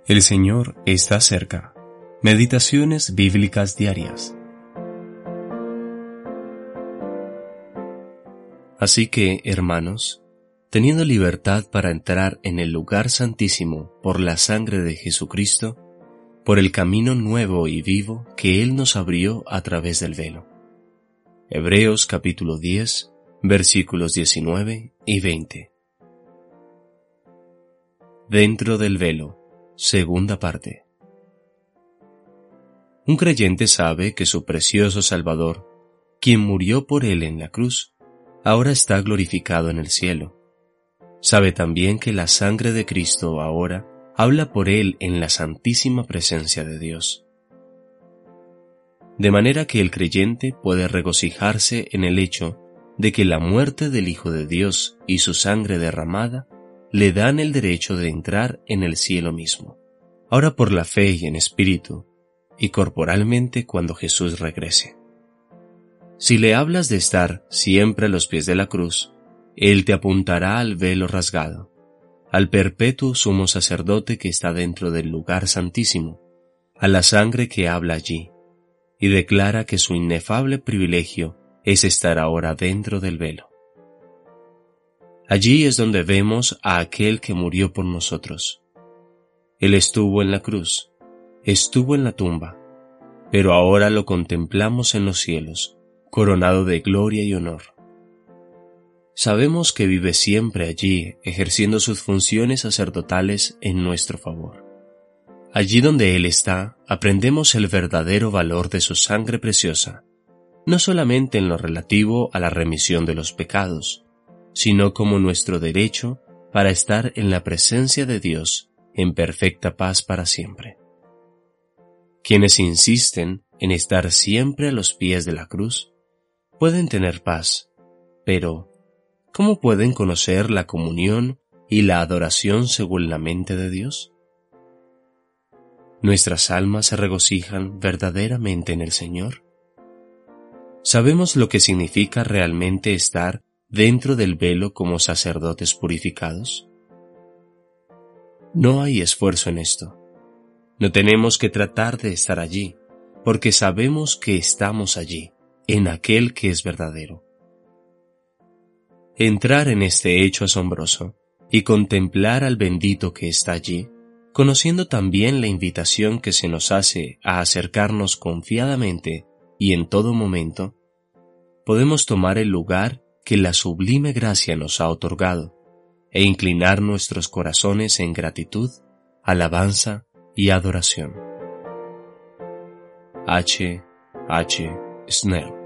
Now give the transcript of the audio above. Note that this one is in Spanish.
El Señor está cerca. Meditaciones bíblicas diarias. Así que, hermanos, teniendo libertad para entrar en el lugar santísimo por la sangre de Jesucristo, por el camino nuevo y vivo que Él nos abrió a través del velo. Hebreos capítulo 10, versículos 19 y 20. Dentro del velo. Segunda parte. Un creyente sabe que su precioso Salvador, quien murió por él en la cruz, ahora está glorificado en el cielo. Sabe también que la sangre de Cristo ahora habla por él en la santísima presencia de Dios. De manera que el creyente puede regocijarse en el hecho de que la muerte del Hijo de Dios y su sangre derramada le dan el derecho de entrar en el cielo mismo, ahora por la fe y en espíritu, y corporalmente cuando Jesús regrese. Si le hablas de estar siempre a los pies de la cruz, Él te apuntará al velo rasgado, al perpetuo sumo sacerdote que está dentro del lugar santísimo, a la sangre que habla allí, y declara que su inefable privilegio es estar ahora dentro del velo. Allí es donde vemos a aquel que murió por nosotros. Él estuvo en la cruz, estuvo en la tumba, pero ahora lo contemplamos en los cielos, coronado de gloria y honor. Sabemos que vive siempre allí, ejerciendo sus funciones sacerdotales en nuestro favor. Allí donde Él está, aprendemos el verdadero valor de su sangre preciosa, no solamente en lo relativo a la remisión de los pecados, sino como nuestro derecho para estar en la presencia de Dios en perfecta paz para siempre. Quienes insisten en estar siempre a los pies de la cruz pueden tener paz, pero ¿cómo pueden conocer la comunión y la adoración según la mente de Dios? ¿Nuestras almas se regocijan verdaderamente en el Señor? ¿Sabemos lo que significa realmente estar dentro del velo como sacerdotes purificados? No hay esfuerzo en esto. No tenemos que tratar de estar allí, porque sabemos que estamos allí, en aquel que es verdadero. Entrar en este hecho asombroso y contemplar al bendito que está allí, conociendo también la invitación que se nos hace a acercarnos confiadamente y en todo momento, podemos tomar el lugar que la sublime gracia nos ha otorgado e inclinar nuestros corazones en gratitud, alabanza y adoración. H. Snell.